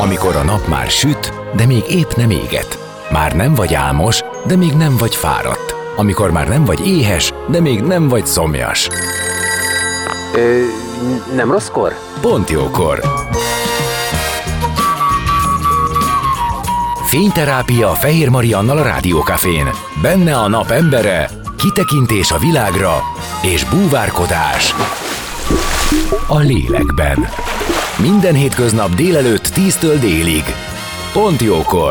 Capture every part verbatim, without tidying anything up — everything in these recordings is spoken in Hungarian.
amikor a nap már süt, de még épp nem éget. Már nem vagy álmos, de még nem vagy fáradt. Amikor már nem vagy éhes, de még nem vagy szomjas. Ö, nem rosszkor? Pont jókor. Fényterápia Fehér Mariannal a Rádiókafén. Benne a nap embere, kitekintés a világra és búvárkodás a lélekben. Minden hétköznap délelőtt tíztől délig. Pont jókor.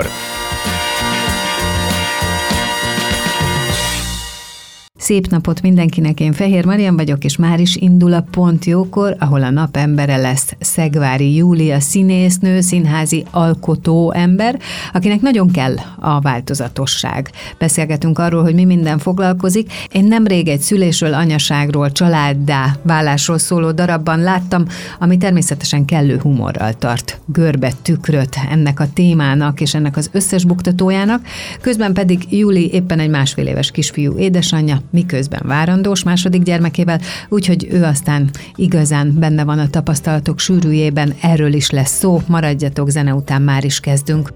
Szép napot mindenkinek, én Fehér Marian vagyok, és már is indul a Pont jókor, ahol a nap embere lesz Szegvári Júlia színésznő, színházi alkotó ember, akinek nagyon kell a változatosság. Beszélgetünk arról, hogy mi minden foglalkozik. Én nemrég egy szülésről, anyaságról, családdá válásról szóló darabban láttam, ami természetesen kellő humorral tart görbe tükröt ennek a témának és ennek az összes buktatójának. Közben pedig Júli éppen egy másfél éves kisfiú édesanyja, miközben várandós második gyermekével, úgyhogy ő aztán igazán benne van a tapasztalatok sűrűjében, erről is lesz szó, maradjatok, zene után már is kezdünk.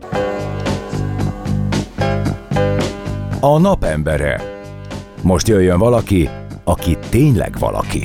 A nap embere. Most jöjjön valaki, aki tényleg valaki.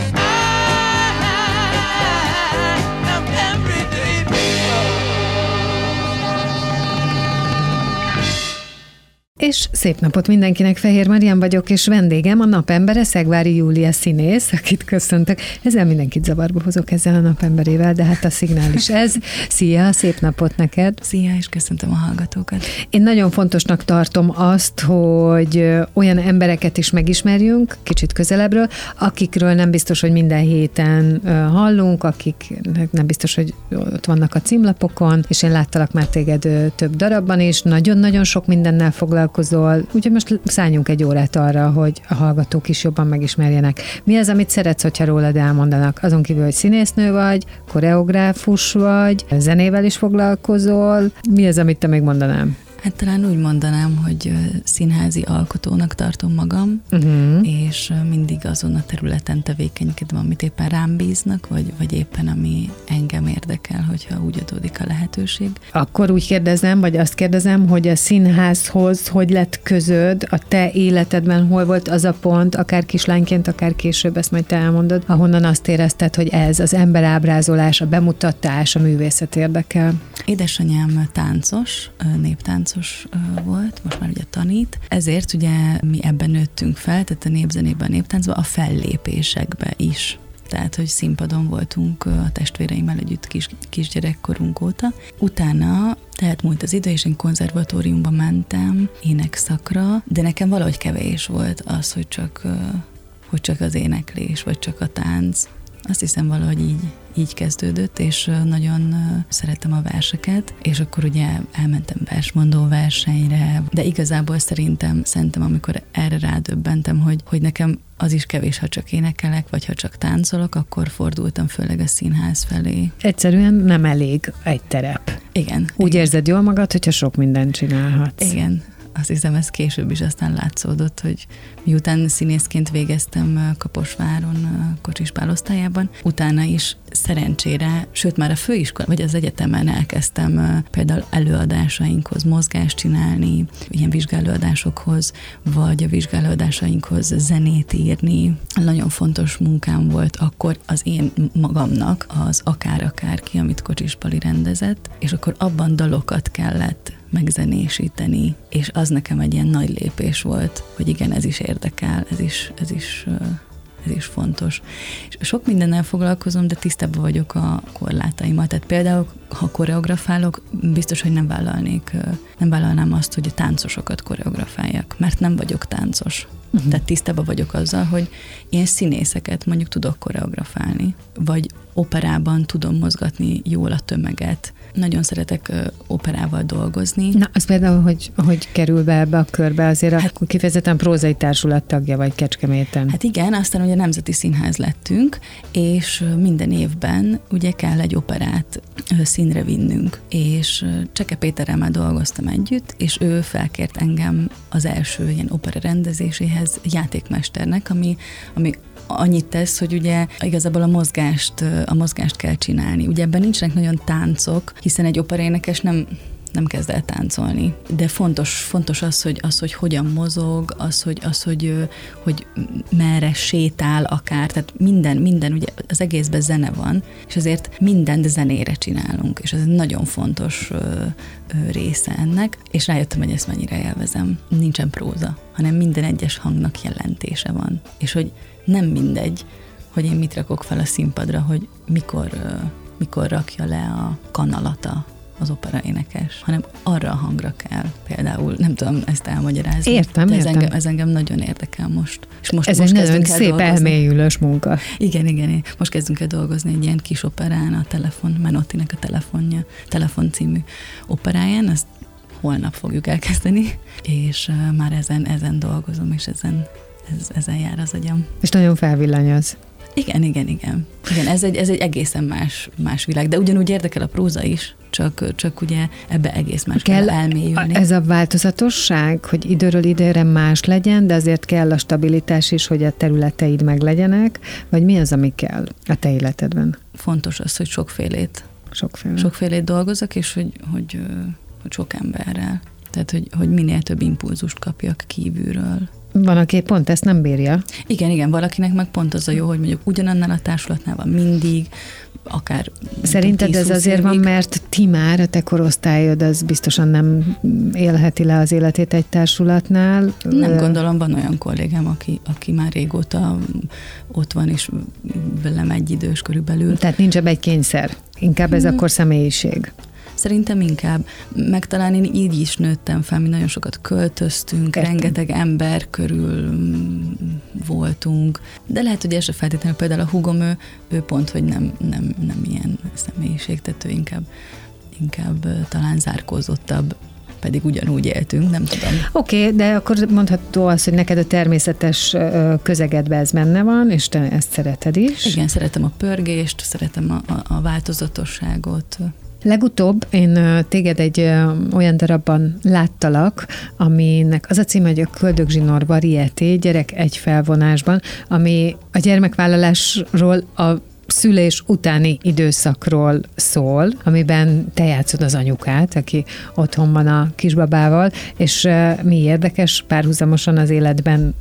És szép napot mindenkinek, Fehér Marian vagyok, és vendégem a napembere Szegvári Júlia színész, akit köszöntök. Ezzel mindenkit zavarba hozok ezzel a napemberével, de hát a szignál is ez. Szia, szép napot neked! Szia, és köszöntöm a hallgatókat! Én nagyon fontosnak tartom azt, hogy olyan embereket is megismerjünk, kicsit közelebbről, akikről nem biztos, hogy minden héten hallunk, akik nem biztos, hogy ott vannak a címlapokon, és én láttalak már téged több darabban is, nagyon-nagyon sok mindennel foglalkozol, úgyhogy most szálljunk egy órát arra, hogy a hallgatók is jobban megismerjenek. Mi az, amit szeretsz, hogyha rólad elmondanak? Azon kívül, hogy színésznő vagy, koreográfus vagy, zenével is foglalkozol. Mi az, amit te még mondanám? Hát talán úgy mondanám, hogy színházi alkotónak tartom magam, uh-huh. és mindig azon a területen tevékenykedem, amit éppen rám bíznak, vagy, vagy éppen ami engem érdekel, hogyha úgy adódik a lehetőség. Akkor úgy kérdezem, vagy azt kérdezem, hogy a színházhoz hogy lett közöd, a te életedben hol volt az a pont, akár kislányként, akár később, ezt majd te elmondod, ahonnan azt érezted, hogy ez az emberábrázolás, a bemutatás, a művészet érdekel? Édesanyám táncos, néptáncos volt, most már ugye tanít, ezért ugye mi ebben nőttünk fel, tehát a népzenében, a néptáncban, a fellépésekbe is. Tehát, hogy színpadon voltunk a testvéreimmel együtt kis, kisgyerekkorunk óta. Utána, tehát múlt az idő, és én konzervatóriumba mentem énekszakra, de nekem valahogy kevés volt az, hogy csak, hogy csak az éneklés, vagy csak a tánc. Azt hiszem valahogy így, így kezdődött, és nagyon szerettem a verseket, és akkor ugye elmentem versmondó versenyre, de igazából szerintem, szerintem amikor erre rádöbbentem, hogy, hogy nekem az is kevés, ha csak énekelek, vagy ha csak táncolok, akkor fordultam főleg a színház felé. Egyszerűen nem elég egy terep. Igen. Úgy igen. érzed jól magad, hogyha sok mindent csinálhatsz. Igen. Azt hiszem, ez később is aztán látszódott, hogy miután színészként végeztem Kaposváron, Kocsis Pál osztályában, utána is szerencsére, sőt már a főiskola, vagy az egyetemen elkezdtem például előadásainkhoz mozgást csinálni, ilyen vizsgálóadásokhoz, vagy a vizsgálóadásainkhoz zenét írni. Nagyon fontos munkám volt akkor az én magamnak az akár-akárki, amit Kocsis Pali rendezett, és akkor abban dalokat kellett megzenésíteni, és az nekem egy ilyen nagy lépés volt, hogy igen, ez is érdekel, ez is, ez is, ez is fontos. És sok mindennel foglalkozom, de tisztában vagyok a korlátaimmal. Tehát például, ha koreografálok, biztos, hogy nem vállalnék, nem vállalnám azt, hogy a táncosokat koreografáljak, mert nem vagyok táncos. Uh-huh. Tehát tisztában vagyok azzal, hogy én színészeket mondjuk tudok koreografálni, vagy operában tudom mozgatni jól a tömeget. Nagyon szeretek ö, operával dolgozni. Na, az például, hogy, hogy kerül be ebbe a körbe, azért hát, akkor kifejezetten prózai társulat tagja vagy Kecskeméten. Hát igen, aztán ugye Nemzeti Színház lettünk, és minden évben ugye kell egy operát ö, színre vinnünk, és ö, Cseke Péterrel már dolgoztam együtt, és ő felkért engem az első ilyen opera rendezéséhez játékmesternek, ami, ami annyit tesz, hogy ugye igazából a mozgást, a mozgást kell csinálni. Ugye ebben nincsenek nagyon táncok, hiszen egy operaénekes nem nem kezd el táncolni. De fontos, fontos az, hogy, az, hogy hogyan mozog, az, hogy, az, hogy, hogy merre sétál akár, tehát minden, minden, ugye az egészben zene van, és azért mindent zenére csinálunk, és ez egy nagyon fontos ö, ö, része ennek, és rájöttem, hogy ezt mennyire élvezem. Nincsen próza, hanem minden egyes hangnak jelentése van. És hogy nem mindegy, hogy én mit rakok fel a színpadra, hogy mikor, ö, mikor rakja le a kanalata az operaénekes, hanem arra a hangra kell például, nem tudom ezt elmagyarázni. Értem, ez értem. Engem, ez engem nagyon érdekel most. És most ez most egy nagyon szép dolgozni. elmélyülős munka. Igen, igen. Most kezdünk el dolgozni egy ilyen kis operán, a telefon, Menottinek a telefonja, Telefon című operáján, ezt holnap fogjuk elkezdeni, és uh, már ezen, ezen dolgozom, és ezen, ez, ezen jár az agyam. És nagyon felvillanyoz. Igen, igen, igen. Igen, ez egy, ez egy egészen más, más világ, de ugyanúgy érdekel a próza is, csak, csak ugye ebbe egész más kell, kell elmélyülni. Ez a változatosság, hogy időről időre más legyen, de azért kell a stabilitás is, hogy a területeid meglegyenek, vagy mi az, ami kell a te életedben? Fontos az, hogy sokfélét, Sokféle. sokfélét dolgozok, és hogy, hogy, hogy sok emberrel. Tehát, hogy, hogy minél több impulzust kapjak kívülről. Van, aki pont ezt nem bírja. Igen, igen, valakinek meg pont az a jó, hogy mondjuk ugyanannál a társulatnál van mindig, akár... Szerinted ez azért van, mert ti már, a te korosztályod, az biztosan nem élheti le az életét egy társulatnál? Nem gondolom, van olyan kollégám, aki, aki már régóta ott van, és velem egy idős körülbelül. Tehát nincs ebbe egy kényszer. Inkább ez hmm. akkor személyiség. Szerintem inkább, meg talán én így is nőttem fel, mi nagyon sokat költöztünk, Értem. rengeteg ember körül voltunk, de lehet, hogy ez se feltétlenül, például a húgom, ő, ő pont, hogy nem, nem, nem ilyen személyiség, tehát ő inkább, inkább talán zárkózottabb, pedig ugyanúgy éltünk, nem tudom. Oké, okay, de akkor mondható az, hogy neked a természetes közegedben ez benne van, és te ezt szereted is. Igen, szeretem a pörgést, szeretem a, a, a változatosságot. Legutóbb én téged egy olyan darabban láttalak, aminek az a címe, hogy a Köldögzsinór Varieté, gyerek egy felvonásban, ami a gyermekvállalásról, a szülés utáni időszakról szól, amiben te játszod az anyukát, aki otthon van a kisbabával, és mi érdekes, párhuzamosan az életben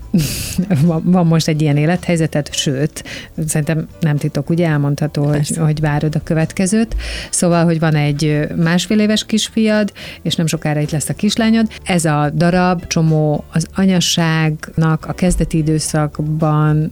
van most egy ilyen élethelyzetet, sőt, szerintem nem titok, ugye elmondható, hogy, hogy várod a következőt. Szóval, hogy van egy másfél éves kisfiad, és nem sokára itt lesz a kislányod. Ez a darab csomó az anyasságnak a kezdeti időszakban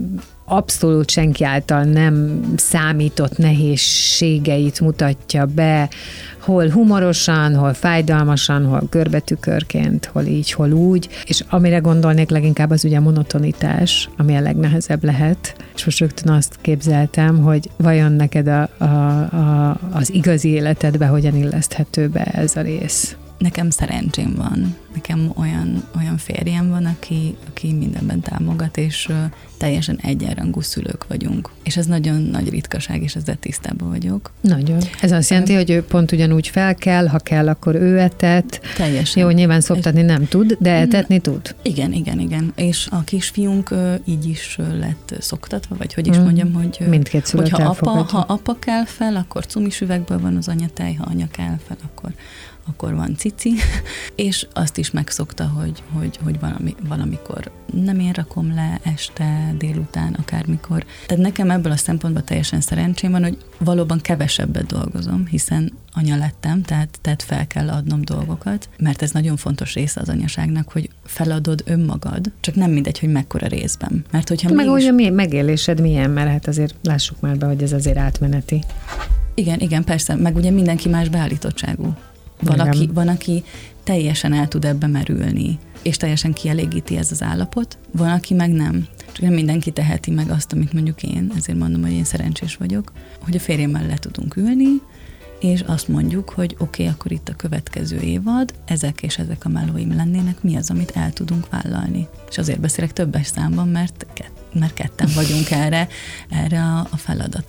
abszolút senki által nem számított nehézségeit mutatja be, hol humorosan, hol fájdalmasan, hol görbetükörként, hol így, hol úgy, és amire gondolnék leginkább az ugye a monotonitás, ami a legnehezebb lehet, és most rögtön azt képzeltem, hogy vajon neked a, a, a, az igazi életedbe hogyan illeszthető be ez a rész? Nekem szerencsém van. Nekem olyan, olyan férjem van, aki, aki mindenben támogat, és uh, teljesen egyenrangú szülők vagyunk. És ez nagyon nagy ritkaság, és ezzel tisztában vagyok. Nagyon. Ez azt jelenti, hogy ő pont ugyanúgy fel kell, ha kell, akkor ő etet. Teljesen. Jó, nyilván szoptatni nem tud, de etetni tud. Igen, igen, igen. És a kisfiunk uh, így is uh, lett szoktatva, vagy hogy is mm. mondjam, hogy, uh, mindkét szülőt hogy ha apa, elfogadja. ha apa kell fel, akkor cumis üvegből van az anyatej, ha anya kell fel, akkor akkor van cici, és azt is megszokta, hogy, hogy, hogy valami, valamikor nem én rakom le este, délután, akármikor. Tehát nekem ebből a szempontból teljesen szerencsém van, hogy valóban kevesebbet dolgozom, hiszen anya lettem, tehát, tehát fel kell adnom dolgokat, mert ez nagyon fontos része az anyaságnak, hogy feladod önmagad, csak nem mindegy, hogy mekkora részben. Mert hogyha meg mégis... hogy a megélésed milyen, mert hát azért lássuk már be, hogy ez azért átmeneti. Igen, igen, persze, meg ugye mindenki más beállítottságú. Valaki, van, aki teljesen el tud ebbe merülni, és teljesen kielégíti ez az állapot, van, aki meg nem. Csak nem mindenki teheti meg azt, amit mondjuk én, ezért mondom, hogy én szerencsés vagyok, hogy a férjemmel le tudunk ülni, és azt mondjuk, hogy oké, okay, akkor itt a következő évad, ezek és ezek a melóim lennének, mi az, amit el tudunk vállalni. És azért beszélek többes számban, mert, kett, mert ketten vagyunk erre, erre a, a feladatra.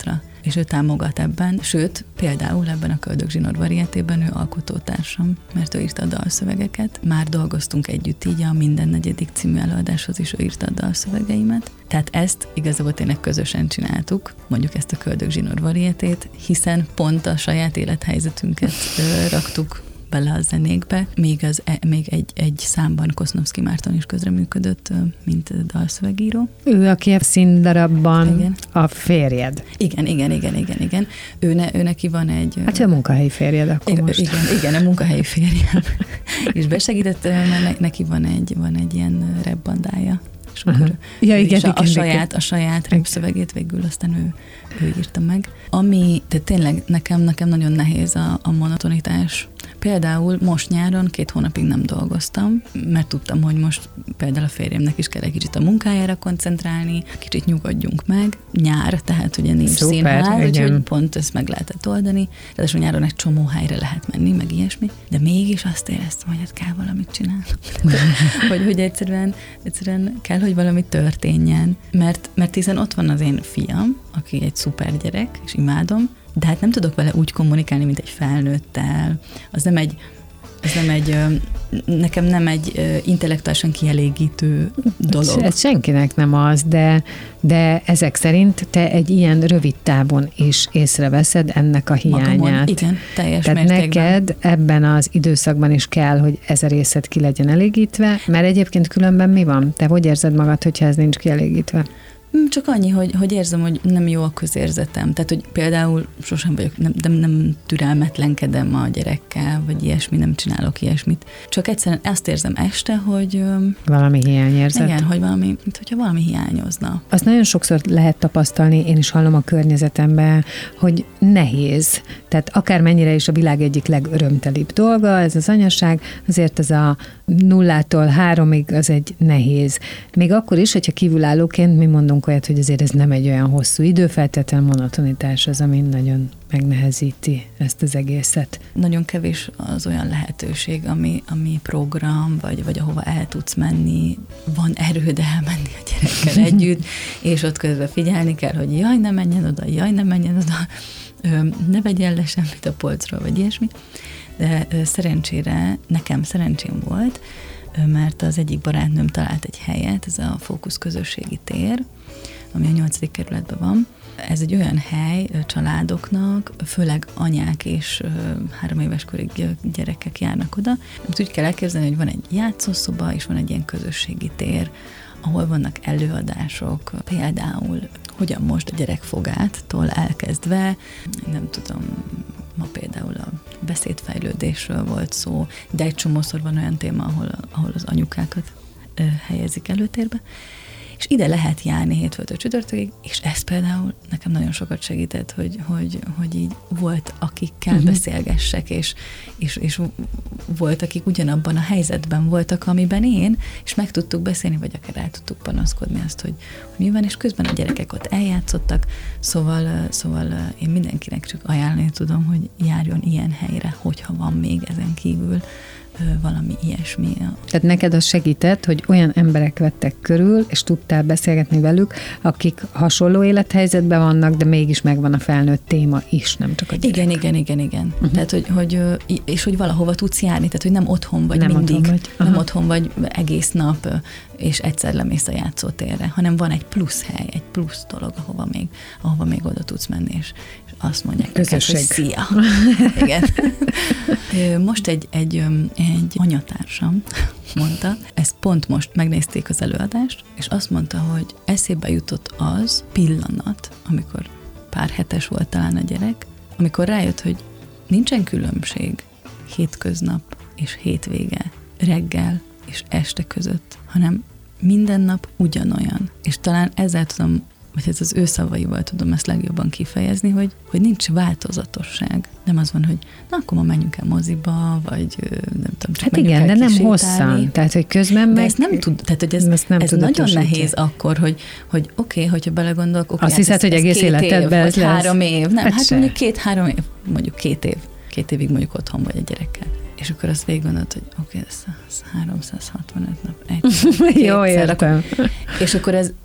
és ő támogat ebben, sőt, például ebben a Köldögzsinór varietében ő alkotótársam, mert ő írta a dalszövegeket. Már dolgoztunk együtt így a Minden negyedik című előadáshoz is ő írta a dalszövegeimet. Tehát ezt igazából tényleg közösen csináltuk, mondjuk ezt a Köldögzsinór varietét, hiszen pont a saját élethelyzetünket ö, raktuk bele a zenékbe, még, az, még egy, egy számban Kosznovszky Márton is közreműködött, mint dalszövegíró. Ő, aki a színdarabban igen. a férjed. Igen, igen, igen, igen, igen. Ő, ne, ő neki van egy... Hát a munkahelyi férjed akkor igen, most. Igen, igen, a munkahelyi férjem. És besegített, mert neki van egy, van egy ilyen rap-bandája. És akkor ja, igen, a, igen, a saját, igen. a saját rap szövegét végül aztán ő, ő írta meg. Ami, de tényleg nekem, nekem nagyon nehéz a, a monotonitás. Például most nyáron két hónapig nem dolgoztam, mert tudtam, hogy most például a férjemnek is kell egy kicsit a munkájára koncentrálni, kicsit nyugodjunk meg. Nyár, tehát ugye nincs Szuper, színház, igen. úgyhogy pont ezt meg lehetett oldani. Ráadásul nyáron egy csomó helyre lehet menni, meg ilyesmi, de mégis azt éreztem, hogy hát kell valamit csinálni. hogy, hogy egyszerűen, egyszerűen kell, hogy valami történjen. Mert, mert hiszen ott van az én fiam, aki egy szuper gyerek, és imádom, de hát nem tudok vele úgy kommunikálni, mint egy felnőttel. Az nem egy, az nem egy nekem nem egy intellektuálisan kielégítő dolog. Ez senkinek nem az, de, de ezek szerint te egy ilyen rövid távon is észreveszed ennek a hiányát. Magamon, igen, teljes Tehát mértékben. neked ebben az időszakban is kell, hogy ez a részed ki legyen elégítve, mert egyébként különben mi van? Te hogy érzed magad, hogyha ez nincs kielégítve? Csak annyi, hogy, hogy érzem, hogy nem jó a közérzetem. Tehát, hogy például sosem vagyok, nem, nem, nem türelmetlenkedem a gyerekkel, vagy ilyesmi, nem csinálok ilyesmit. Csak egyszerűen azt érzem este, hogy... Valami hiányérzet. Igen, hogy valami, mint hogyha valami hiányozna. Azt nagyon sokszor lehet tapasztalni, én is hallom a környezetemben, hogy nehéz. Tehát akármennyire is a világ egyik legörömtelibb dolga, ez az anyaság, azért ez a nullától háromig az egy nehéz. Még akkor is, hogyha kívülállóként mi mondunk olyat, hogy azért ez nem egy olyan hosszú idő, feltétlenül monotonitás az, ami nagyon megnehezíti ezt az egészet. Nagyon kevés az olyan lehetőség, ami, ami program, vagy, vagy ahova el tudsz menni, van erőd elmenni a gyerekkel együtt, és ott közben figyelni kell, hogy jaj, ne menjen oda, jaj, ne menjen oda, ne vegyen le semmit a polcról, vagy ilyesmi. De szerencsére, nekem szerencsém volt, mert az egyik barátnőm talált egy helyet, ez a Fókusz közösségi tér, ami a nyolcadik kerületben van. Ez egy olyan hely családoknak, főleg anyák és három éves korig gyerekek járnak oda. Úgy kell elképzelni, hogy van egy játszószoba, és van egy ilyen közösségi tér, ahol vannak előadások, például hogyan most a gyerek fogától elkezdve, nem tudom, ma például a beszédfejlődésről volt szó, de egy csomószor van olyan téma, ahol, ahol az anyukákat ö, helyezik előtérbe, és ide lehet járni hétfőtől csütörtökig, és ez például nekem nagyon sokat segített, hogy, hogy, hogy így volt, akikkel uh-huh. beszélgessek, és, és, és volt, akik ugyanabban a helyzetben voltak, amiben én, és meg tudtuk beszélni, vagy akár el tudtuk panaszkodni azt, hogy, hogy mi van, és közben a gyerekek ott eljátszottak, szóval, szóval én mindenkinek csak ajánlani tudom, hogy járjon ilyen helyre, hogyha van még ezen kívül valami ilyesmi. Tehát neked az segített, hogy olyan emberek vettek körül, és tudtál beszélgetni velük, akik hasonló élethelyzetben vannak, de mégis megvan a felnőtt téma is, nem csak a gyerek. Igen, igen, igen, igen. Uh-huh. Tehát, hogy, hogy, és hogy valahova tudsz járni, tehát, hogy nem otthon vagy nem mindig, otthon vagy. nem otthon vagy egész nap, és egyszer lemész a játszótérre, hanem van egy plusz hely, egy plusz dolog, ahova még, ahova még oda tudsz menni, és, és azt mondják neked, hogy szia. Igen. Most egy, egy, egy anyatársam mondta, ezt pont most megnézték az előadást, és azt mondta, hogy eszébe jutott az pillanat, amikor pár hetes volt talán a gyerek, amikor rájött, hogy nincsen különbség hétköznap és hétvége, reggel és este között, hanem minden nap ugyanolyan. És talán ezzel tudom, vagy ez az ő szavaival tudom ezt legjobban kifejezni, hogy, hogy nincs változatosság. Nem az van, hogy na, akkor ma menjünk el moziba, vagy nem tudom, csak hát igen, de nem sétálni. Hosszan. Tehát, hogy közben de meg... ezt nem tud, tehát, hogy ez, ez, ez nagyon nehéz akkor, hogy, hogy oké, okay, hogyha belegondolok, oké, okay, azt hiszed, hát hogy egész életedben ez lesz? Három év. Nem, hát, hát mondjuk két-három év, mondjuk két év. Két évig mondjuk otthon vagy a gyerekkel. És akkor azt végig gondolod, hogy oké, okay, ez háromszázhatvanöt nap. Egy, jó, értem. És akkor ez,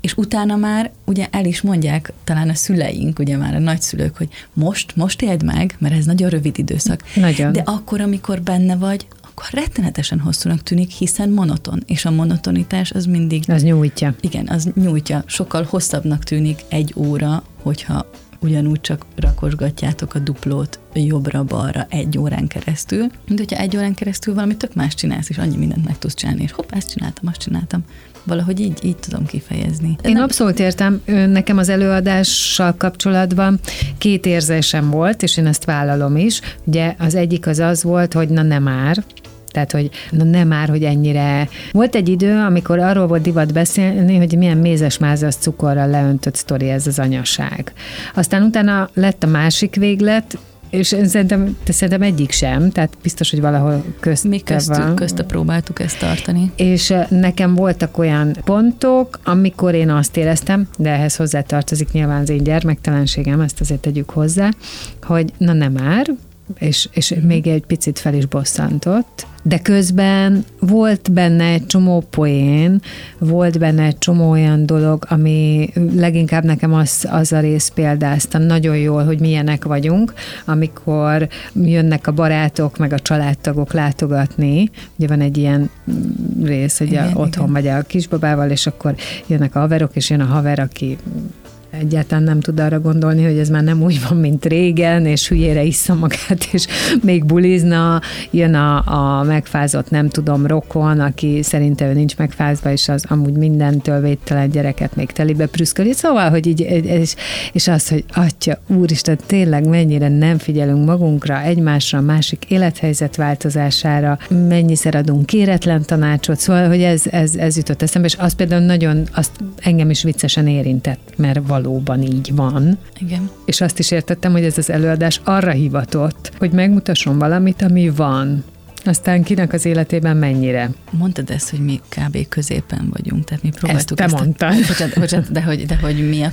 és utána már ugye el is mondják talán a szüleink, ugye már a nagyszülők, hogy most, most éld meg, mert ez nagyon rövid időszak. Nagyon. De akkor, amikor benne vagy, akkor rettenetesen hosszúnak tűnik, hiszen monoton, és a monotonitás az mindig... Az nyújtja. Igen, az nyújtja. Sokkal hosszabbnak tűnik egy óra, hogyha ugyanúgy csak rakosgatjátok a duplót jobbra-balra egy órán keresztül, mint hogyha egy órán keresztül valami tök más csinálsz, és annyi mindent meg tudsz csinálni, és hopp, ezt csináltam, azt csináltam. Valahogy így, így tudom kifejezni. Én nem... abszolút értem, nekem az előadással kapcsolatban két érzésem volt, és én ezt vállalom is. Ugye az egyik az az volt, hogy na nem már, tehát, hogy na nem már, hogy ennyire... Volt egy idő, amikor arról volt divat beszélni, hogy milyen mézes-mázas cukorral leöntött sztori ez az anyaság. Aztán utána lett a másik véglet, és szerintem, szerintem egyik sem, tehát biztos, hogy valahol közte Mi köztük, van. közte próbáltuk ezt tartani. És nekem voltak olyan pontok, amikor én azt éreztem, de ehhez hozzátartozik nyilván az én gyermektelenségem, ezt azért tegyük hozzá, hogy na nem már, és, és még egy picit fel is bosszantott, de közben volt benne egy csomó poén, volt benne egy csomó olyan dolog, ami leginkább nekem az, az a rész példázta nagyon jól, hogy milyenek vagyunk, amikor jönnek a barátok, meg a családtagok látogatni. Ugye van egy ilyen rész, hogy igen, otthon vagy a kisbabával, és akkor jönnek a haverok, és jön a haver, aki egyáltalán nem tud arra gondolni, hogy ez már nem úgy van, mint régen, és hülyére issza magát, és még bulizna, jön a, a megfázott, nem tudom, rokon, aki szerintem ő nincs megfázva, és az amúgy mindentől védtelen gyereket még telibe prüszköli. Szóval, hogy így, és, és az, hogy atya, úristen, tényleg mennyire nem figyelünk magunkra, egymásra, a másik élethelyzet változására, mennyiszer adunk kéretlen tanácsot, szóval, hogy ez, ez, ez jutott eszembe, és az például nagyon, azt engem is viccesen érintett, mert valóban így van. Igen. És azt is értettem, hogy ez az előadás arra hivatott, hogy megmutasson valamit, ami van. Aztán kinek az életében mennyire. Mondtad ezt, hogy mi kb. Középen vagyunk, tehát mi próbáltuk ezt te ezt mondtad. A, bocsánat, bocsánat, de hogy, de hogy mi, a,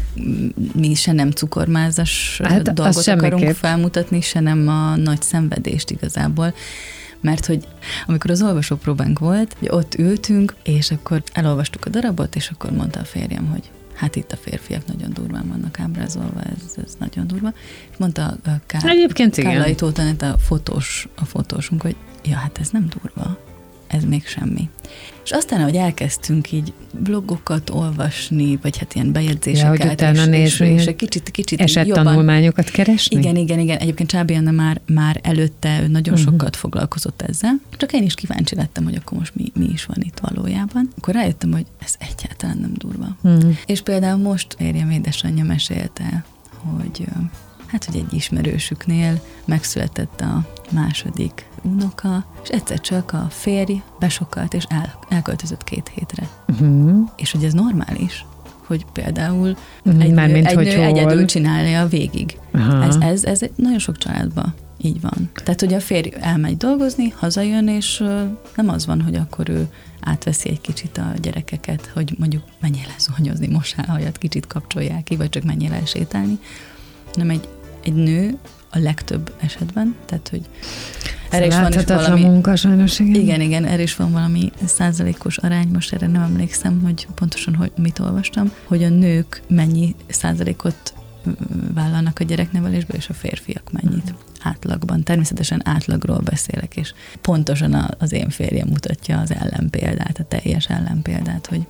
mi se nem cukormázas hát dolgot akarunk semmiképp felmutatni, se nem a nagy szenvedést igazából. Mert hogy amikor az olvasópróbánk volt, hogy ott ültünk, és akkor elolvastuk a darabot, és akkor mondta a férjem, hogy hát itt a férfiak nagyon durván vannak ábrázolva, ez, ez nagyon durva. És mondta a Ká- Egyébként igen. Kállai Tóth Anett, a fotós, a fotósunk, hogy ja, hát ez nem durva, ez még semmi. És aztán, ahogy elkezdtünk így blogokat olvasni, vagy hát ilyen bejegyzéseket, ja, és, és, és egy kicsit, kicsit esettanulmányokat keresni? Igen, igen, igen. Egyébként Csábi Anna már, már előtte ő nagyon uh-huh. sokat foglalkozott ezzel. Csak én is kíváncsi lettem, hogy akkor most mi, mi is van itt valójában. Akkor rájöttem, hogy ez egyáltalán nem durva. Uh-huh. És például most férjem édesanyja mesélte, hogy hát, hogy egy ismerősüknél megszületett a második unoka, és egyszer csak a férj besokalt, és el, elköltözött két hétre. Uh-huh. És hogy ez normális, hogy például uh-huh. egy, nő, egy nő egyedül csinálja végig. Uh-huh. Ez, ez, ez egy nagyon sok családban így van. Tehát, hogy a férj elmegy dolgozni, hazajön, és uh, nem az van, hogy akkor ő átveszi egy kicsit a gyerekeket, hogy mondjuk menjél el zuhanyozni, mossál hajat, kicsit kapcsolják ki, vagy csak menjél el sétálni, hanem egy, egy nő a legtöbb esetben, tehát, hogy erre is van is valami... munka, sajnos, igen. Igen, igen, erre is van valami százalékos arány, most erre nem emlékszem, hogy pontosan hogy mit olvastam, hogy a nők mennyi százalékot vállalnak a gyereknevelésből, és a férfiak mennyit átlagban. Természetesen átlagról beszélek, és pontosan az én férjem mutatja az ellenpéldát, a teljes ellenpéldát, hogy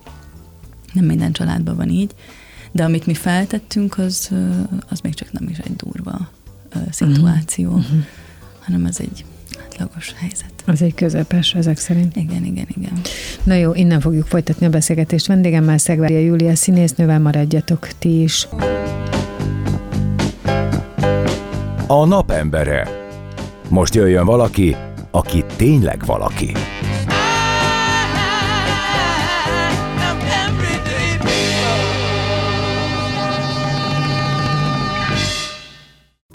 nem minden családban van így, de amit mi feltettünk, az, az még csak nem is egy durva szituáció, uh-huh. hanem az egy átlagos helyzet. Az egy közepes, ezek szerint. Igen, igen, igen. Na jó, innen fogjuk folytatni a beszélgetést vendégemmel, Szegvári Júlia színésznővel, maradjatok ti is. A napembere. Most jöjjön valaki, aki tényleg valaki.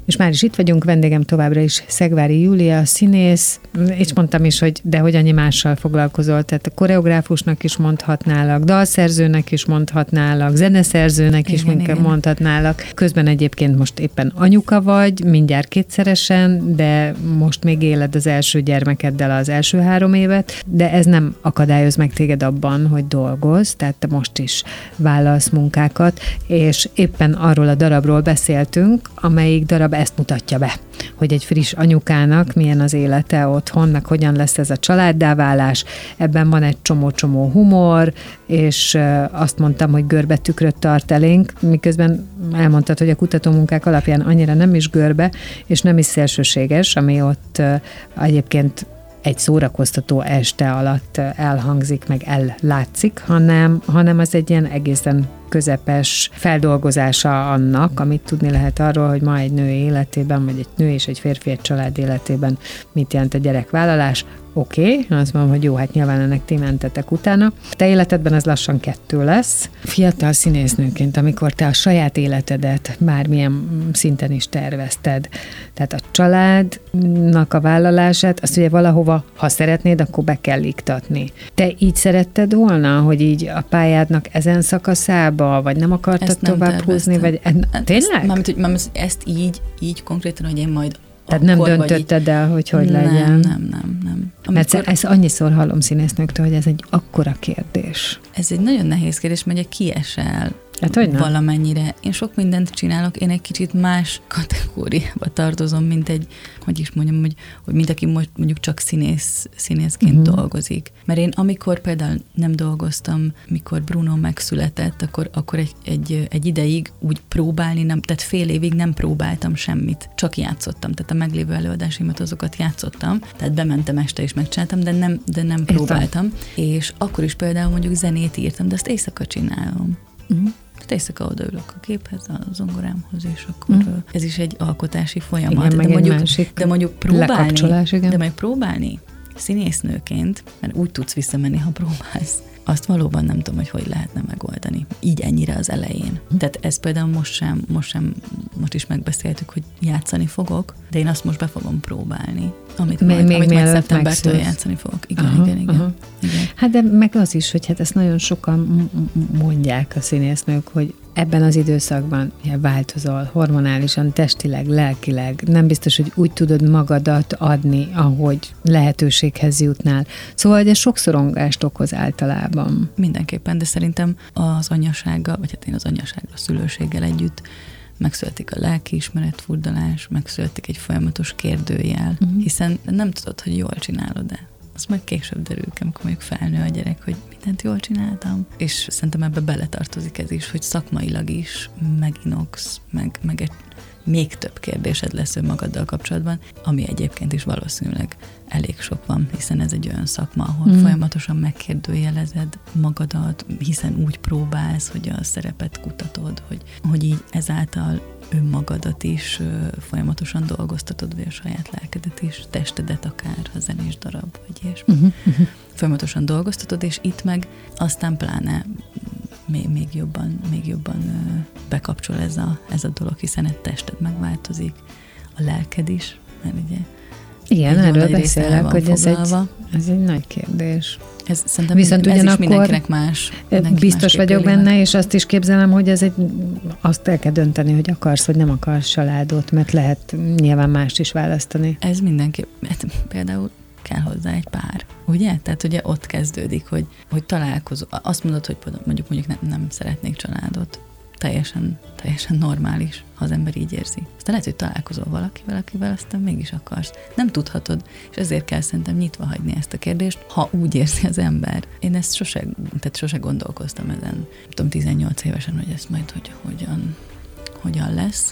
És már is itt vagyunk, vendégem továbbra is Szegvári Júlia, színész, és mondtam is, hogy de hogy annyi mással foglalkozol, tehát a koreográfusnak is mondhatnálak, dalszerzőnek is mondhatnálak, zeneszerzőnek is igen, igen. mondhatnálak. Közben egyébként most éppen anyuka vagy, mindjárt kétszeresen, de most még éled az első gyermekeddel az első három évet, de ez nem akadályoz meg téged abban, hogy dolgozz, tehát te most is vállalsz munkákat, és éppen arról a darabról beszéltünk, amelyik darab ezt mutatja be, hogy egy friss anyukának milyen az élete otthon, meg hogyan lesz ez a családdá válás. Ebben van egy csomó-csomó humor, és azt mondtam, hogy görbe tükröt tart elénk, miközben elmondtad, hogy a kutatómunkák alapján annyira nem is görbe, és nem is szélsőséges, ami ott egyébként egy szórakoztató este alatt elhangzik, meg ellátszik, hanem, hanem az egy ilyen egészen közepes feldolgozása annak, amit tudni lehet arról, hogy ma egy nő életében, vagy egy nő és egy férfi egy család életében mit jelent a gyerekvállalás. Oké, okay, azt mondom, hogy jó, hát nyilván ennek ti mentetek utána. Te életedben ez lassan kettő lesz. Fiatal színésznőként, amikor te a saját életedet bármilyen szinten is tervezted, tehát a családnak a vállalását, azt ugye valahova, ha szeretnéd, akkor be kell iktatni. Te így szeretted volna, hogy így a pályádnak ezen szakaszába, vagy nem akartad ezt nem tovább terveztem. húzni, vagy en... tényleg? Mármint, hogy mármint, ezt így, így konkrétan, hogy én majd tehát nem döntötted el, hogy hogy nem, legyen? Nem, nem, nem. nem. Mert Amikor... ezt annyiszor hallom színésznőktől, hogy ez egy akkora kérdés. Ez egy nagyon nehéz kérdés, mert ugye kiesel hát, hogy nem? valamennyire. Én sok mindent csinálok, én egy kicsit más kategóriába tartozom, mint egy, hogy is mondjam, hogy, hogy mint aki most mondjuk csak színész, színészként uh-huh. dolgozik. Mert én amikor például nem dolgoztam, mikor Bruno megszületett, akkor, akkor egy, egy, egy ideig úgy próbálni, nem, tehát fél évig nem próbáltam semmit, csak játszottam. Tehát a meglévő előadásaimat azokat játszottam, tehát bementem este és megcsináltam, de nem, de nem próbáltam. És akkor is például mondjuk zenét írtam, de azt éjszaka csinálom. Uh-huh. Tehát éjszaka odaülök a képhez, a zongorámhoz, és akkor mm. ez is egy alkotási folyamat. Igen, de, mondjuk, de mondjuk próbálni, igen. de mondjuk próbálni színésznőként, mert úgy tudsz visszamenni, ha próbálsz. Azt valóban nem tudom, hogy hogy lehetne megoldani. Így ennyire az elején. Mm. Tehát ez például most sem, most sem, most is megbeszéltük, hogy játszani fogok, de én azt most be fogom próbálni. Amit még, majd, még amit majd szeptembertől megszülsz. játszani fogok. Igen, aha, igen, igen, aha. igen. Hát de meg az is, hogy hát ezt nagyon sokan mondják a színésznők, hogy ebben az időszakban ja, változol hormonálisan, testileg, lelkileg, nem biztos, hogy úgy tudod magadat adni, ahogy lehetőséghez jutnál. Szóval, hogy ez sok szorongást okoz általában. Mindenképpen, de szerintem az anyasággal, vagy hát én az anyasággal, a szülőséggel együtt megszületik a lelkiismeret furdalás, megszületik egy folyamatos kérdőjel, uh-huh. hiszen nem tudod, hogy jól csinálod-e. Az majd később derül ki, amikor mondjuk felnő a gyerek, hogy mindent jól csináltam. És szerintem ebbe beletartozik ez is, hogy szakmailag is meginogsz, meg, meg egy még több kérdésed lesz önmagaddal kapcsolatban, ami egyébként is valószínűleg elég sok van, hiszen ez egy olyan szakma, ahol mm. folyamatosan megkérdőjelezed magadat, hiszen úgy próbálsz, hogy a szerepet kutatod, hogy, hogy így ezáltal önmagadat is ö, folyamatosan dolgoztatod, vagy a saját lelkedet is, testedet akár, ha zenés darab, vagy ilyesmi. Uh-huh, uh-huh. Folyamatosan dolgoztatod, és itt meg aztán pláne még, még jobban, még jobban ö, bekapcsol ez a, ez a dolog, hiszen egy tested megváltozik, a lelked is, mert ugye igen, erről beszélek, hogy ez egy, ez egy nagy kérdés. Ez szerintem viszont ez is mindenkinek más. Mindenki biztos vagyok benne, meg. És azt is képzelem, hogy ez egy, azt el kell dönteni, hogy akarsz, vagy nem akarsz családot, mert lehet nyilván mást is választani. Ez mindenképp, hát például kell hozzá egy pár, ugye? Tehát ugye ott kezdődik, hogy, hogy találkozó. Azt mondod, hogy mondjuk mondjuk nem, nem szeretnék családot. Teljesen, teljesen normális, ha az ember így érzi. Aztán lehet, hogy találkozol valakivel, akivel aztán mégis akarsz. Nem tudhatod, és ezért kell szerintem nyitva hagyni ezt a kérdést, ha úgy érzi az ember. Én ezt sose, tehát sose gondolkoztam ezen, nem tudom, tizennyolc évesen, hogy ez majd hogy, hogyan, hogyan lesz.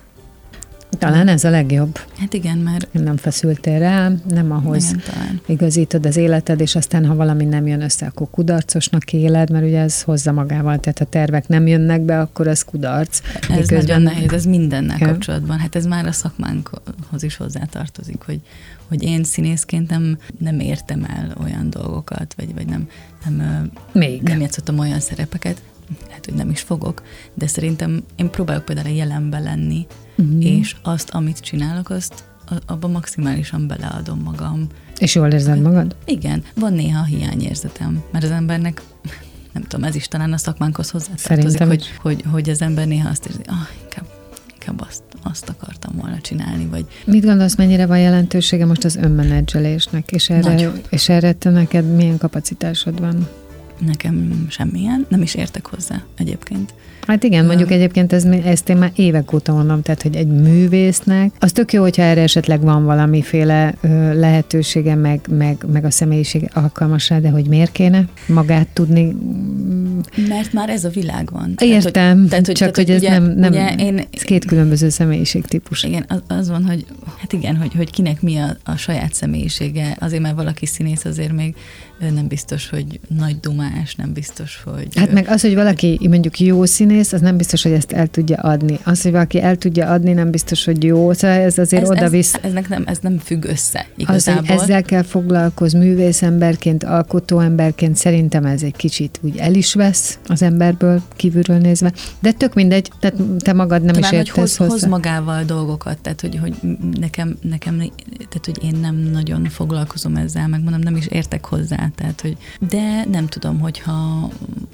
Talán ez a legjobb. Hát igen, mert... Nem feszültél rá, nem ahhoz igen, igazítod az életed, és aztán, ha valami nem jön össze, akkor kudarcosnak éled, mert ugye ez hozza magával, tehát ha tervek nem jönnek be, akkor ez kudarc. Ez Miközben... nagyon nehéz, ez mindennel ja. kapcsolatban. Hát ez már a szakmánkhoz is hozzátartozik, hogy, hogy én színészként nem, nem értem el olyan dolgokat, vagy, vagy nem, nem, Még. nem játszottam olyan szerepeket, lehet, hogy nem is fogok, de szerintem én próbálok például a jelenben lenni, uh-huh. és azt, amit csinálok, azt abban maximálisan beleadom magam. És jól érzed magad? Igen, van néha hiányérzetem, mert az embernek, nem tudom, ez is talán a szakmánkhoz hozzátartozik, hogy, hogy, hogy az ember néha azt érzi, ah, inkább, inkább azt, azt akartam volna csinálni, vagy... Mit gondolsz, mennyire van jelentősége most az önmenedzselésnek, és erre, és erre te neked milyen kapacitásod van? Nekem semmilyen, nem is értek hozzá egyébként. Hát igen, mondjuk egyébként ez, ezt én már évek óta mondom, tehát, hogy egy művésznek, az tök jó, hogyha erre esetleg van valamiféle ö, lehetősége, meg, meg, meg a személyiség alkalmas rá, de hogy miért kéne magát tudni? Mert már ez a világ van. Értem, tehát, hogy, tehát, hogy, csak tehát, hogy ez ugye, nem, nem ugye én, ez két különböző személyiségtípus. Igen, az, az van, hogy hát igen, hogy, hogy kinek mi a, a saját személyisége, azért már valaki színész, azért még nem biztos, hogy nagy dumás, nem biztos, hogy... Hát meg az, hogy valaki mondjuk jó színész, az nem biztos, hogy ezt el tudja adni. Az, hogy valaki el tudja adni, nem biztos, hogy jó. Szóval ez azért ez, oda-visz. Ez, ez, nem, ez nem függ össze igazából. Az, hogy ezzel kell foglalkozni művészemberként, alkotóemberként, szerintem ez egy kicsit úgy el is vesz az emberből kívülről nézve. De tök mindegy, tehát te magad nem talán, is értesz hoz, hozzá. Hoz magával dolgokat, tehát hogy, hogy nekem, nekem, tehát hogy én nem nagyon foglalkozom ezzel, megmondom, nem is értek hozzá. Tehát, hogy, de nem tudom, hogyha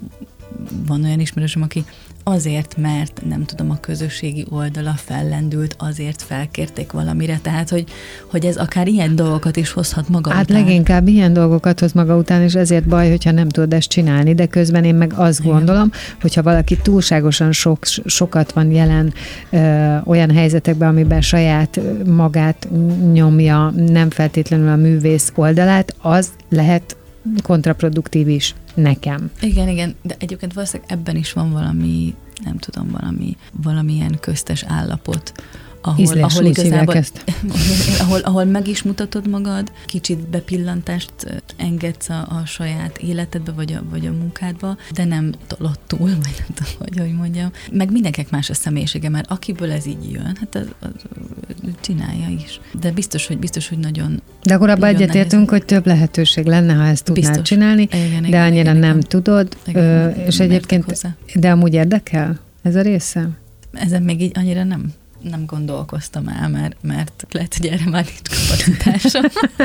van olyan ismerősöm, aki azért, mert nem tudom, a közösségi oldala fellendült, azért felkérték valamire, tehát, hogy, hogy ez akár ilyen dolgokat is hozhat maga hát után. Leginkább ilyen dolgokat hoz maga után, és ezért baj, hogyha nem tudod ezt csinálni, de közben én meg azt Igen. gondolom, hogyha valaki túlságosan sok, sokat van jelen ö, olyan helyzetekben, amiben saját magát nyomja, nem feltétlenül a művész oldalát, az lehet kontraproduktív is nekem. Igen, igen, de egyébként valószínűleg ebben is van valami, nem tudom, valami, valamilyen köztes állapot, ahol, ahol igazából, ahol, ahol meg is mutatod magad, kicsit bepillantást engedsz a, a saját életedbe, vagy a, vagy a munkádba, de nem tolod túl, vagy nem tudom, hogy, hogy mondjam. Meg mindenkinek más a személyisége, mert akiből ez így jön, hát az, az csinálja is. De biztos, hogy biztos, hogy nagyon De akkor abban egyetértünk, hogy több lehetőség lenne, ha ezt tudnád biztos. csinálni, igen, igen, de annyira igen, nem igen. tudod, igen, ö, és egyébként, de amúgy érdekel ez a része? Ezen még így annyira nem nem gondolkoztam el, mert, mert lehet, hogy erre már nincs kapacitásom.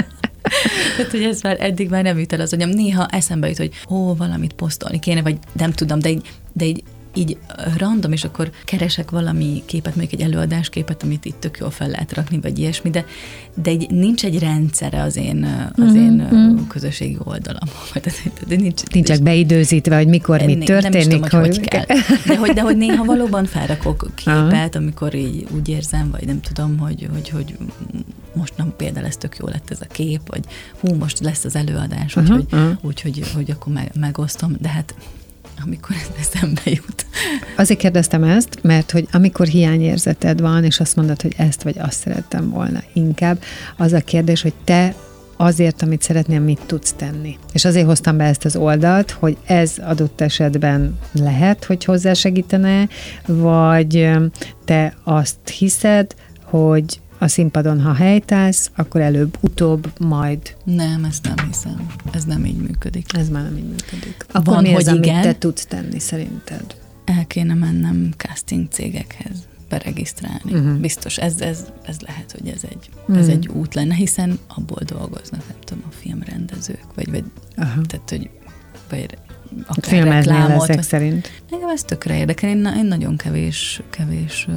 Tehát, hogy ez már eddig már nem jut el az agyam. Néha eszembe jut, hogy ó, valamit posztolni kéne, vagy nem tudom, de így, de így így random, és akkor keresek valami képet, mondjuk egy előadásképet, amit itt tök jól fel lehet rakni, vagy ilyesmi, de, de így nincs egy rendszere az én, az én mm-hmm. közösségi oldalam. De nincs, Nincsek beidőzítve, hogy mikor mit történik. Nem is tudom, hogy hogy kell. De hogy, de hogy néha valóban felrakok képet, amikor így úgy érzem, vagy nem tudom, hogy, hogy, hogy most nem például ez tök jó lett ez a kép, vagy hú, most lesz az előadás, úgyhogy uh-huh. úgy, hogy, hogy akkor meg, megosztom, de hát amikor ez eszembe jut. Azért kérdeztem ezt, mert hogy amikor hiányérzeted van, és azt mondod, hogy ezt vagy azt szerettem volna inkább, az a kérdés, hogy te azért, amit szeretnél, mit tudsz tenni. És azért hoztam be ezt az oldalt, hogy ez adott esetben lehet, hogy hozzásegítene, vagy te azt hiszed, hogy a színpadon, ha helytállsz, akkor előbb-utóbb majd... Nem, ezt nem hiszem. Ez nem így működik. Ez már nem így működik. Akkor Van, mi az, hogy amit igen, te tudsz tenni szerinted? El kéne mennem casting cégekhez beregisztrálni. Uh-huh. Biztos, ez, ez, ez lehet, hogy ez egy, uh-huh. ez egy út lenne, hiszen abból dolgoznak, nem tudom, a filmrendezők, vagy, vagy uh-huh. tehát, hogy vagy akár filmeznél reklámot, ezek szerint. Engem ez tökre érdekel. Én, én nagyon kevés, kevés uh,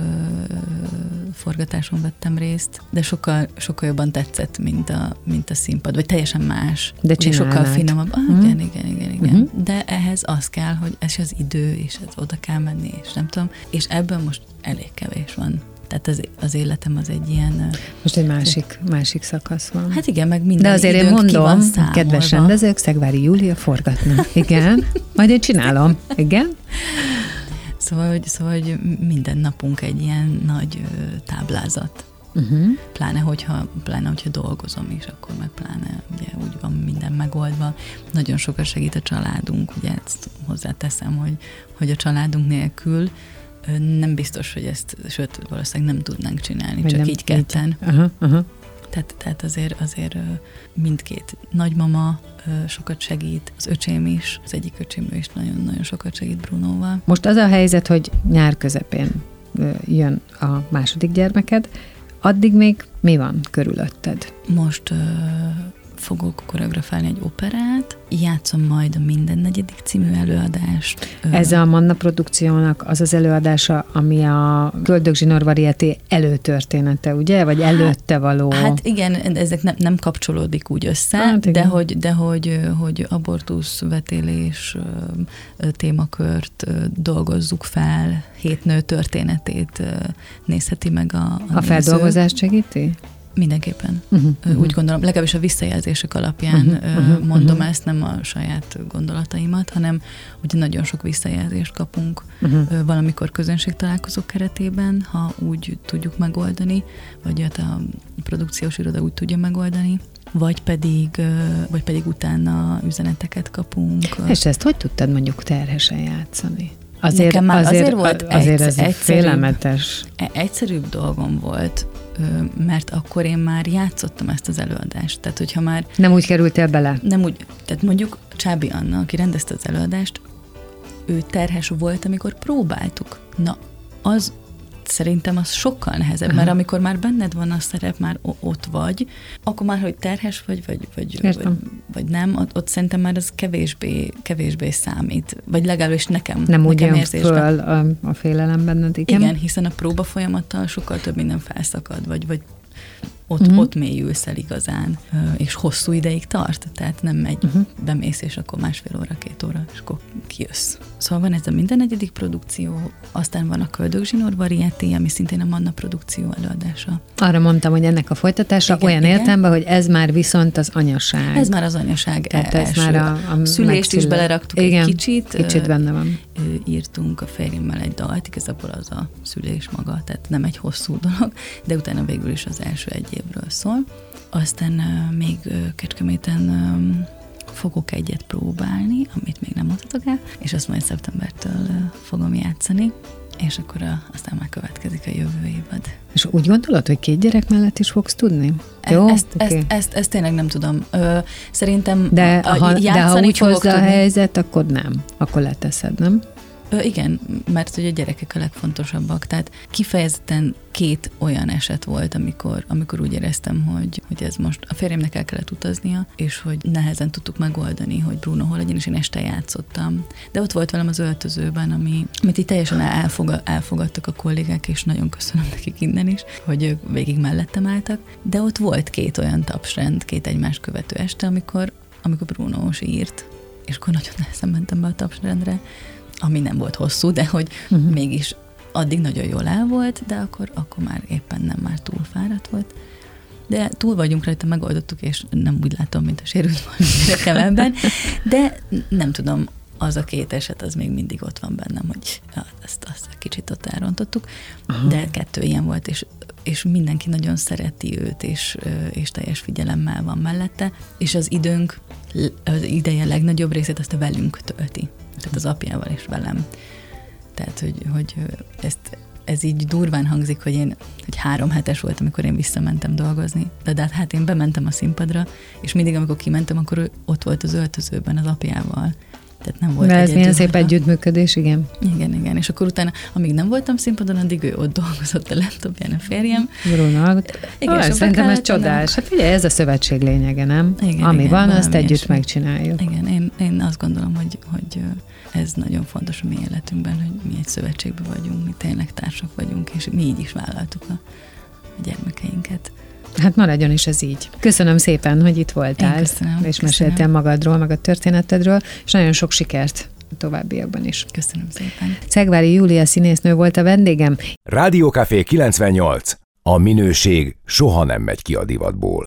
forgatáson vettem részt, de sokkal, sokkal jobban tetszett, mint a, mint a színpad, vagy teljesen más. De sokkal finamabb. Ah, mm. Igen, igen, igen, igen. Mm-hmm. De ehhez az kell, hogy ez az idő, és ez oda kell menni, és nem tudom. És ebből most elég kevés van. Tehát az, az életem az egy ilyen... Most egy másik, másik szakasz van. Hát igen, meg minden de azért én mondom, kedves rendezők, Szegvári Júlia forgatna. Igen, majd én csinálom. Igen. Szóval, hogy, szóval, hogy minden napunk egy ilyen nagy ö, táblázat. Uh-huh. Pláne, hogyha, pláne, hogyha dolgozom is, akkor meg pláne ugye, úgy van minden megoldva. Nagyon sokat segít a családunk, ugye ezt hozzáteszem, hogy, hogy a családunk nélkül nem biztos, hogy ezt, sőt, valószínűleg nem tudnánk csinálni, vagy csak nem, így ketten. Aha, aha. Tehát, tehát azért, azért mindkét nagymama sokat segít, az öcsém is, az egyik öcsém is nagyon-nagyon sokat segít Brunóval. Most az a helyzet, hogy nyár közepén jön a második gyermeked, addig még mi van körülötted? Most uh, fogok koreografálni egy operát, játszom majd a Minden negyedik című előadást. Ez a Manna produkciónak az az előadása, ami a Köldögzsinór Varieté előtörténete, ugye? Vagy előtte való? Hát igen, ezek nem, nem kapcsolódik úgy össze, hát de, hogy, de hogy, hogy abortuszvetélés témakört dolgozzuk fel, hét nő történetét nézheti meg a, a A feldolgozást segíti? Mindenképpen. Uh-huh, Úgy uh-huh. gondolom, legalábbis a visszajelzések alapján uh-huh, uh-huh, mondom uh-huh. ezt, nem a saját gondolataimat, hanem ugye nagyon sok visszajelzést kapunk uh-huh. valamikor közönségtalálkozók keretében, ha úgy tudjuk megoldani, vagy hát a produkciós iroda úgy tudja megoldani, vagy pedig, vagy pedig utána üzeneteket kapunk. És ezt hogy tudtad mondjuk terhesen játszani? Azért, Nekem már azért, azért volt azért egyszer, ez félelmetes. Egyszerűbb dolgom volt, mert akkor én már játszottam ezt az előadást. Tehát, hogyha már... Nem úgy kerültél bele? Nem úgy. Tehát mondjuk Csábi Anna, aki rendezte az előadást, ő terhes volt, amikor próbáltuk. Na, az szerintem az sokkal nehezebb, mert amikor már benned van a szerep, már ott vagy, akkor már, hogy terhes vagy, vagy, vagy, vagy, vagy nem, ott, ott szerintem már az kevésbé, kevésbé számít. Vagy legalábbis nekem. Nem úgy nekem jön föl a, a félelem benned, igen? Igen, hiszen a próba folyamattal sokkal több minden felszakad, vagy, vagy ott, uh-huh. ott mélyülsz el igazán, és hosszú ideig tart, tehát nem megy, uh-huh. bemész, és akkor másfél óra, két óra, és akkor kijössz. Szóval van ez a Minden negyedik produkció, aztán van a Köldögzsinór Varieté, ami szintén a Manna produkció előadása. Arra mondtam, hogy ennek a folytatása igen, olyan értelemben, hogy ez már viszont az anyaság. Ez már az anyaság tehát első. Ez már a, a szülést is beleraktuk igen, egy kicsit. Kicsit benne van. Írtunk a férjemmel egy dalt, igazából az a szülés maga, tehát nem egy hosszú dolog, de utána végül is az első egy évről szól. Aztán uh, még uh, Kecskeméten um, fogok egyet próbálni, amit még nem mondhatok el, és azt majd szeptembertől uh, fogom játszani, és akkor a, aztán már következik a jövő évad. És úgy gondolod, hogy két gyerek mellett is fogsz tudni? E- Jó? Ezt, okay. ezt, ezt, ezt tényleg nem tudom. Ö, szerintem de, a, ha, de ha úgy hozza a helyzet, akkor nem. Akkor leteszed, nem? Ö, igen, mert hogy a gyerekek a legfontosabbak. Tehát kifejezetten két olyan eset volt, amikor, amikor úgy éreztem, hogy, hogy ez most a férjemnek el kellett utaznia, és hogy nehezen tudtuk megoldani, hogy Bruno hol legyen, és én este játszottam. De ott volt velem az öltözőben, ami, amit így teljesen elfogad, elfogadtak a kollégák, és nagyon köszönöm nekik innen is, hogy ők végig mellettem álltak. De ott volt két olyan tapsrend, két egymást követő este, amikor, amikor Bruno írt, és akkor nagyon nehezen mentem be a tapsrendre, ami nem volt hosszú, de hogy uh-huh. mégis addig nagyon jól el volt, de akkor, akkor már éppen nem, már túl fáradt volt. De túl vagyunk rajta, megoldottuk, és nem úgy látom, mint a sérült volna gyerekem ebben, de nem tudom, az a két eset, az még mindig ott van bennem, hogy ja, ezt, azt kicsit ott elrontottuk, uh-huh. de kettő ilyen volt, és, és mindenki nagyon szereti őt, és, és teljes figyelemmel van mellette, és az időnk, az ideje legnagyobb részét azt a velünk tölti. Tehát az apjával és velem. Tehát, hogy, hogy ezt, ez így durván hangzik, hogy én hogy három hetes volt, amikor én visszamentem dolgozni, de, de hát én bementem a színpadra, és mindig, amikor kimentem, akkor ő ott volt az öltözőben az apjával. Tehát nem volt de ez milyen szép oda. Együttműködés, igen. Igen, igen, és akkor utána, amíg nem voltam színpadon, addig ő ott dolgozott a laptopján, a férjem. Bruno, igen, ah, szerintem ez csodás. Hát ugye ez a szövetség lényege, nem? Igen, Ami igen, van, azt együtt ilyesmi. Megcsináljuk. Igen, én, én azt gondolom, hogy, hogy ez nagyon fontos a mi életünkben, hogy mi egy szövetségben vagyunk, mi tényleg társak vagyunk, és mi így is vállaltuk a, a gyermekeinket. Hát maradjon is ez így. Köszönöm szépen, hogy itt voltál, köszönöm, és meséltél magadról, meg a történetedről, és nagyon sok sikert a továbbiakban is. Köszönöm szépen. Szegvári Júlia színésznő volt a vendégem. Rádiókafé kilencvennyolc. A minőség soha nem megy ki a divatból.